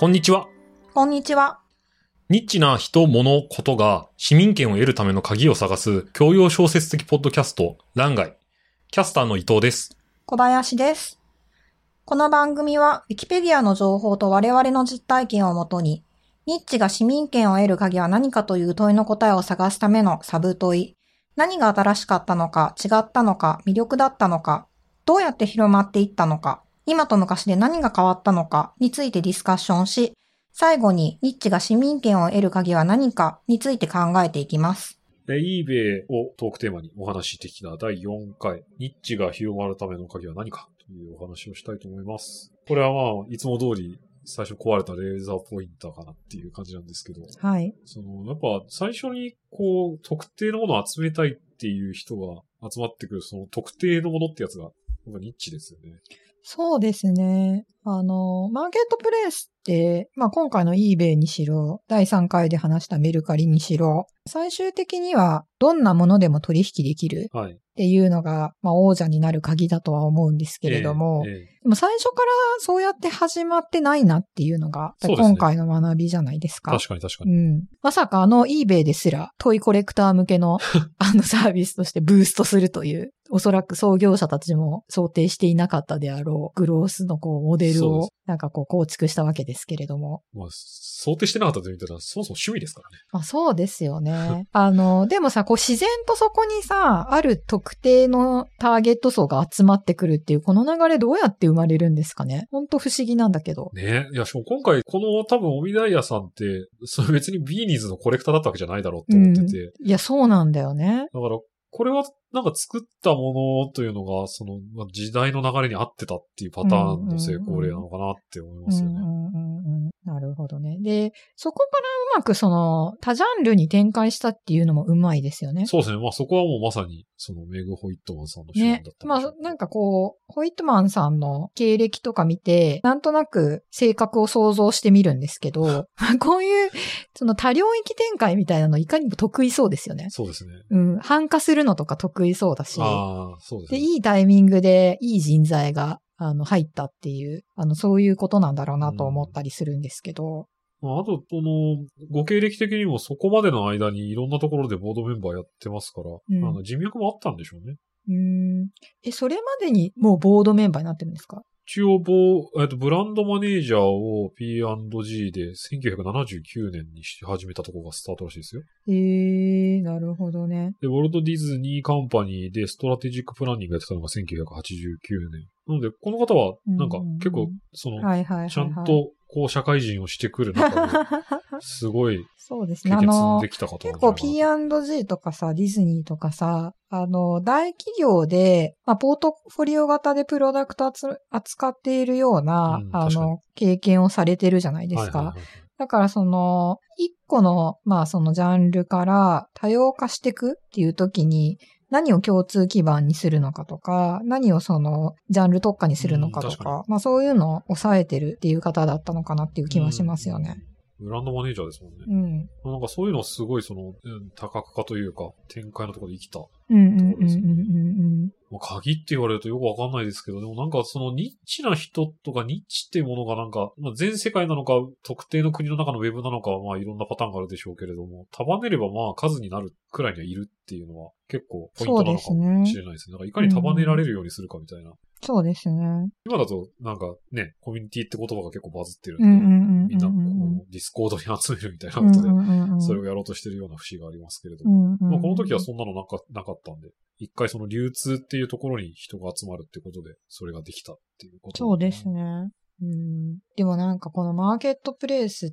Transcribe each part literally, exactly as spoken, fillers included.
こんにちは。 こんにちは。 ニッチな人、物、ことが市民権を得るための鍵を探す教養小説的ポッドキャスト、欄外。キャスターの伊藤です。 小林です。この番組は、ウィキペディアの情報と我々の実体験をもとに、ニッチが市民権を得る鍵は何かという問いの答えを探すためのサブ問い、何が新しかったのか、違ったのか、魅力だったのか、どうやって広まっていったのか、今と昔で何が変わったのかについてディスカッションし、最後にニッチが市民権を得る鍵は何かについて考えていきます。 eBay をトークテーマにお話し的なだいよんかい、ニッチが広まるための鍵は何かというお話をしたいと思います。これはまあ、いつも通り最初壊れたレーザーポインターかなっていう感じなんですけど、 はい。 その、やっぱ最初にこう、特定のものを集めたいっていう人が集まってくる、その特定のものってやつが、ニッチですよね。 そうですね。あの、マーケットプレイスって、まあ今回の eBay にしろ、だいさんかいで話したメルカリにしろ、最終的にはどんなものでも取引できるっていうのが、はい、まあ王者になる鍵だとは思うんですけれども、えーえー、でも最初からそうやって始まってないなっていうのが、今回の学びじゃないですか。 確かに確かに。 うん。まさかあの eBay ですらトイコレクター向けのあのサービスとしてブーストするという、おそらく創業者たちも想定していなかったであろうグロースのこうモデルをなんかこう構築したわけですけれども。 まあ、想定してなかったと言ったらそもそも趣味ですからね。 まあそうですよね。あの、でもさ、こう自然とそこにさ、ある特定のターゲット層が集まってくるっていうこの流れどうやって生まれるんですかね。ほんと不思議なんだけど。 ねえ。いや、しかも今回この多分オミダイヤさんって、それ別にビーニーズのコレクターだったわけじゃないだろうと思ってて。 うん、いや、そうなんだよね。 だから、これはなんか作ったものというのが、その時代の流れに合ってたっていうパターンの成功例なのかなって思いますよね。 うんうんうんうん、なるほどね。で、そこからうまくその多ジャンルに展開したっていうのもうまいですよね。 そうですね。まあそこはもうまさにそのメグ・ホイットマンさんの手腕だったんでしょう、ね。 まあなんかこう、ホイットマンさんの経歴とか見て、なんとなく性格を想像してみるんですけど、こういうその多領域展開みたいなのいかにも得意そうですよね。 そうですね。 うん。繁華するのとか得意そうだし。 ああ、そうですね。 で、いいタイミングでいい人材があの入ったっていう、あのそういうことなんだろうなと思ったりするんですけど。 うん、あと、この、ご経歴的にもそこまでの間にいろんなところでボードメンバーやってますから、うん、あの人脈もあったんでしょうね。 うーん。え、それまでにもうボードメンバーになってるんですか？ 一応ボー、えっと、ブランドマネージャーを ピーアンドジー でせんきゅうひゃくななじゅうきゅうねんにし始めたところがスタートらしいですよ。 へえー、なるほどね。 で、ウォルト・ディズニーカンパニーでストラテジックプランニングやってたのがせんきゅうひゃくはちじゅうきゅうねん。なので、この方は、なんか結構、その、ちゃんと、こう、社会人をしてくる中で、すごい、 そうですね。 経験積んできた方なんじゃないかな。 結構 ピーアンドジー とかさ、ディズニーとかさ、あの、大企業で、まあ、ポートフォリオ型でプロダクト扱っているような、うん、あの、経験をされてるじゃないですか。はいはいはい、だからその、一個の、まあそのジャンルから多様化していくっていう時に、何を共通基盤にするのかとか、何をそのジャンル特化にするのかとか、かまあそういうのを抑えてるっていう方だったのかなっていう気はしますよね。 ブランドマネージャーですもんね。 うん。 なんかそういうのはすごいその、うん、多角化というか、展開のところで生きたところですよね。 まあ、鍵って言われるとよくわかんないですけど、でもなんかそのニッチな人とかニッチっていうものがなんか、まあ、全世界なのか、特定の国の中のウェブなのかはまあいろんなパターンがあるでしょうけれども、束ねればまあ数になるくらいにはいるっていうのは結構ポイントなのかもしれないですね。だからいかに束ねられるようにするかみたいな。 そうですね。 今だとなんかね、コミュニティって言葉が結構バズってるんで、うんうんうんうん、みんなこうディスコードに集めるみたいなことで、それをやろうとしてるような節がありますけれども、うんうんうん、まあ、この時はそんなのなか、なかったんで、一回その流通っていうところに人が集まるってことで、それができたっていうこと、ね。 そうですね。うん、でもなんかこのマーケットプレイスって、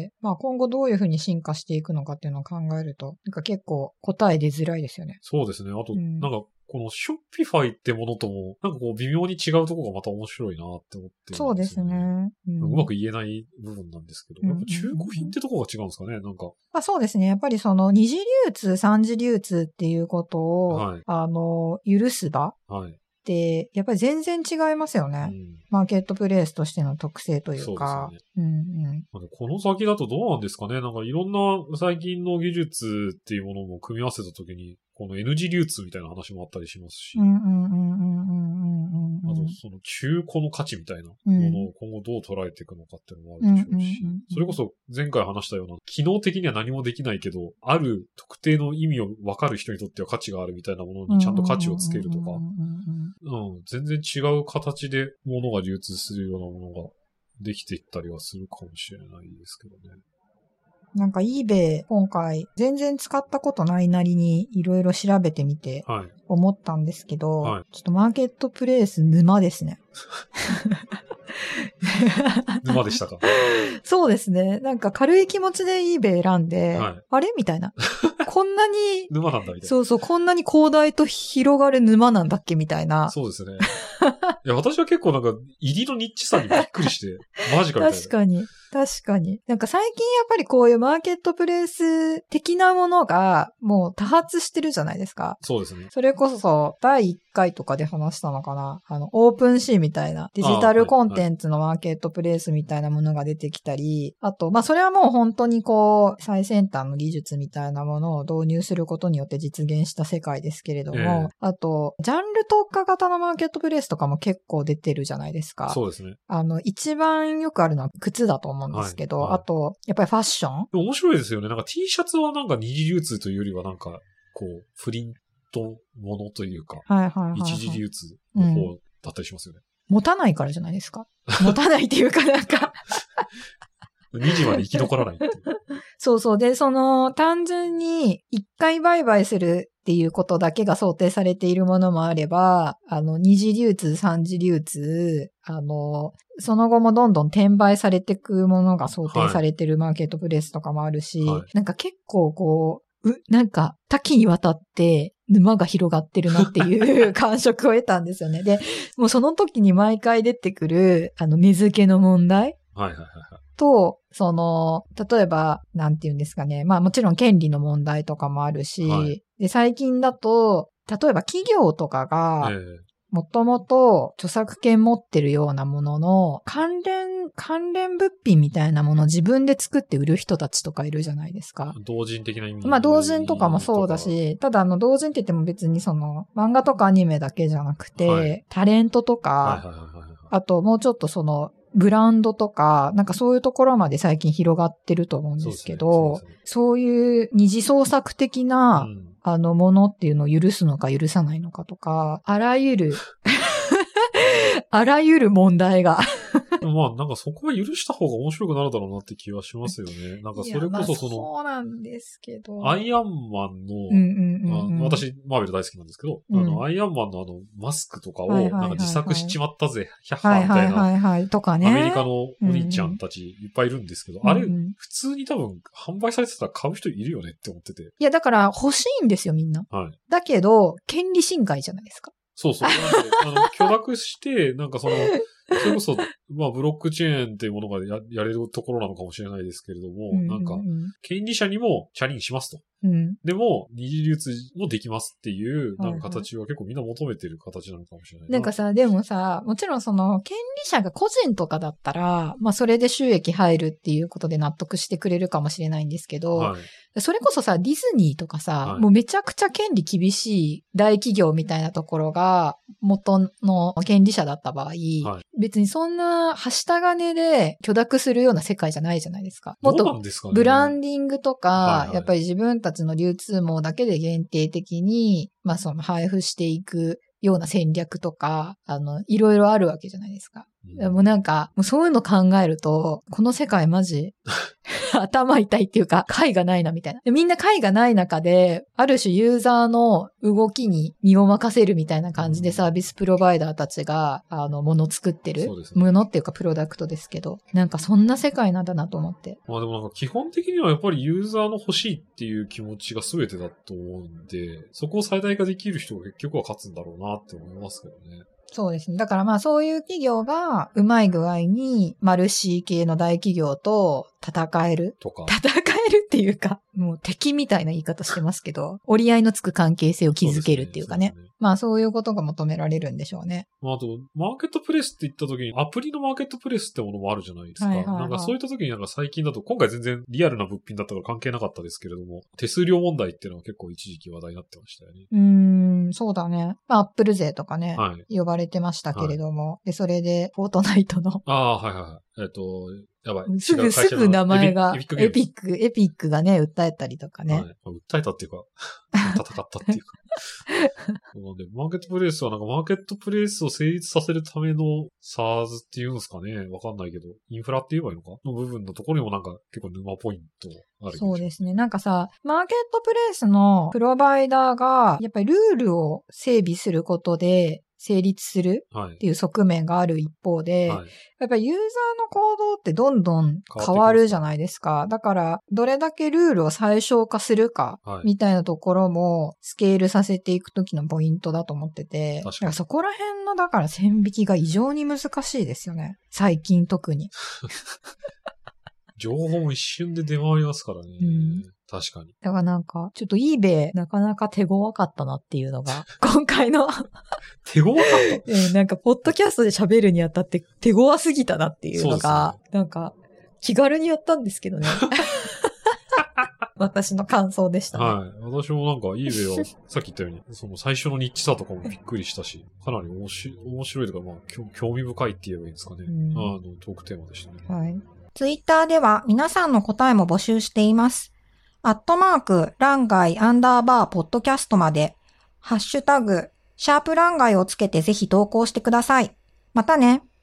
まあ今後どういうふうに進化していくのかっていうのを考えると、なんか結構答え出づらいですよね。 そうですね。あと、うん、なんかこのショッピファイってものとも、なんかこう微妙に違うところがまた面白いなって思ってるんですよね。 そうですね。 うん、うまく言えない部分なんですけど、うんうんうん、やっぱ中古品ってところが違うんですかね、なんか。 まあそうですね。やっぱりその二次流通、三次流通っていうことを、はい、あの、許す場。はい。で、やっぱり全然違いますよね、うん。マーケットプレイスとしての特性というか。 そうですね。 うんうん、 この先だとどうなんですかね。なんかいろんな最近の技術っていうものも組み合わせたときに、この N 字流通みたいな話もあったりしますし。あとその中古の価値みたいなものを今後どう捉えていくのかっていうのもあるでしょうし、それこそ前回話したような機能的には何もできないけど、ある特定の意味を分かる人にとっては価値があるみたいなものにちゃんと価値をつけるとか、うん、全然違う形で物が流通するようなものができていったりはするかもしれないですけどね。 なんか eBay 今回全然使ったことないなりにいろいろ調べてみて思ったんですけど、はいはい、ちょっとマーケットプレイス沼ですね。 沼でしたか？ そうですね。なんか軽い気持ちで eBay 選んで、はい、あれみたいな。こんなに、 沼なんだみたいな。 そうそう、こんなに広大と広がる沼なんだっけみたいな。 そうですね。いや、私は結構なんか、入りのニッチさにびっくりして、マジかみたいな。 確かに。確かに。なんか最近やっぱりこういうマーケットプレイス的なものがもう多発してるじゃないですか。 そうですね。 それこそだいいっかいとかで話したのかな。あの、オープンシーみたいなデジタルコンテンツのマーケットプレイスみたいなものが出てきたり、あと、まあそれはもう本当にこう、最先端の技術みたいなものを導入することによって実現した世界ですけれども、えー、あと、ジャンル特化型のマーケットプレイスとかも結構出てるじゃないですか。 そうですね。 あの、一番よくあるのは靴だと思うんですけど、はいはい、あと、やっぱりファッション？ 面白いですよね。なんか T シャツはなんか二次流通というよりはなんか、こう、プリントものというか、はいはいはいはい、一次流通の方だったりしますよね、 うん。持たないからじゃないですか。持たないっていうかなんかにじまで生き残らないっていう。 そうそう。で、その、単純に一回売買するっていうことだけが想定されているものもあれば、あの、二次流通、三次流通、あの、その後もどんどん転売されていくものが想定されているマーケットプレイスとかもあるし、はい、なんか結構こう、う、なんか多岐にわたって沼が広がってるなっていう感触を得たんですよね。で、もうその時に毎回出てくる、あの、値付けの問題。 はいはいはいはい。 と、その、例えば、なんて言うんですかね。まあもちろん権利の問題とかもあるし、はい、で、最近だと、例えば企業とかが、もともと著作権持ってるようなものの、関連、関連物品みたいなものを自分で作って売る人たちとかいるじゃないですか。 同人的な意味。 まあ同人とかもそうだし、ただあの同人って言っても別にその、漫画とかアニメだけじゃなくて、はい、タレントとか、はいはいはいはい、あともうちょっとその、ブランドとか、なんかそういうところまで最近広がってると思うんですけど、そうですね、そうですね。そういう二次創作的な、うん、あのものっていうのを許すのか許さないのかとか、あらゆる、あらゆる問題が。 まあなんかそこは許した方が面白くなるだろうなって気はしますよね。なんかそれこそその、 そうなんですけど。 アイアンマンの、うんうんうんうん、私マーベル大好きなんですけど、うん、あのアイアンマンのあのマスクとかをなんか自作しちまったぜ、ヒャッハーみたいな、はいはいはいはい、とかね、アメリカのお兄ちゃんたちいっぱいいるんですけど、うんうん、あれ普通に多分販売されてたら買う人いるよねって思ってて。いやだから欲しいんですよみんな。はい。だけど権利侵害じゃないですか。 そうそう。なんで、あの、許諾して、なんかその、それこそ、まあ、ブロックチェーンっていうものが や, やれるところなのかもしれないですけれども、うんうんうん、なんか、権利者にもチャリンしますと。うん、でも、二次流通もできますっていう、なんか形は結構みんな求めてる形なのかもしれないな。 なんかさ、でもさ、もちろんその、権利者が個人とかだったら、まあ、それで収益入るっていうことで納得してくれるかもしれないんですけど、はい、それこそさ、ディズニーとかさ、はい、もうめちゃくちゃ権利厳しい大企業みたいなところが元の権利者だった場合、はい、別にそんなはした金で許諾するような世界じゃないじゃないですか。もっとブランディングとか、はいはい、やっぱり自分たちの流通網だけで限定的に、まあその配布していくような戦略とか、あの、いろいろあるわけじゃないですか。うん、でもなんか、もうそういうの考えると、この世界マジ、頭痛いっていうか、解がないなみたいな。でみんな解がない中で、ある種ユーザーの動きに身を任せるみたいな感じでサービスプロバイダーたちが、あの、ものを作ってる。そうですね。ものっていうかプロダクトですけど、なんかそんな世界なんだなと思って。 まあでもなんか基本的にはやっぱりユーザーの欲しいっていう気持ちが全てだと思うんで、そこを最大化できる人が結局は勝つんだろうなって思いますけどね。 そうですね。だからまあそういう企業がうまい具合にマルシー系の大企業と戦える。とか。戦えるっていうか、もう敵みたいな言い方してますけど、折り合いのつく関係性を築けるっていうかね。そうですね、そうですね。まあそういうことが求められるんでしょうね。 まああと、マーケットプレスって言った時に、アプリのマーケットプレスってものもあるじゃないですか。はいはいはい、なんかそういった時になんか最近だと、今回全然リアルな物品だったから関係なかったですけれども、手数料問題っていうのは結構一時期話題になってましたよね。 うーん。 ん、そうだね。まあ、アップル勢とかね、はい、呼ばれてましたけれども、はい、で、それで、フォートナイトの。 ああ、はいはい。えっと、やばい。 すぐ、すぐ名前が、エピック、エピック、エピックがね、訴えたりとかね。はい。 訴えたっていうか、戦ったっていうか。なので、マーケットプレイスはなんかマーケットプレイスを成立させるための SaaS っていうんですかね。わかんないけど、インフラって言えばいいのかの部分のところにもなんか結構沼ポイントある。 そうですね。なんかさ、マーケットプレイスのプロバイダーが、やっぱりルールを整備することで、成立するっていう側面がある一方で、はい、やっぱりユーザーの行動ってどんどん変わるじゃないですか。だから、どれだけルールを最小化するか、みたいなところもスケールさせていくときのポイントだと思ってて、だからそこら辺のだから線引きが異常に難しいですよね。最近特に。 情報も一瞬で出回りますからね。うん確かに。 だからなんか、ちょっと eBay なかなか手強かったなっていうのが、今回の手強かったえー、なんか、ポッドキャストで喋るにあたって手強すぎたなっていうのが、ね、なんか、気軽にやったんですけどね。私の感想でしたね。 はい。私もなんか eBay は、さっき言ったように、その最初のニッチさとかもびっくりしたし、かなり面白い、面白いとか、まあ、興味深いって言えばいいんですかね。うん、あの、トークテーマでしたね。 はい。ツイッターでは皆さんの答えも募集しています。アットマーク、ランガイアンダーバーポッドキャストまで、ハッシュタグ、シャープランガイをつけてぜひ投稿してください。またね。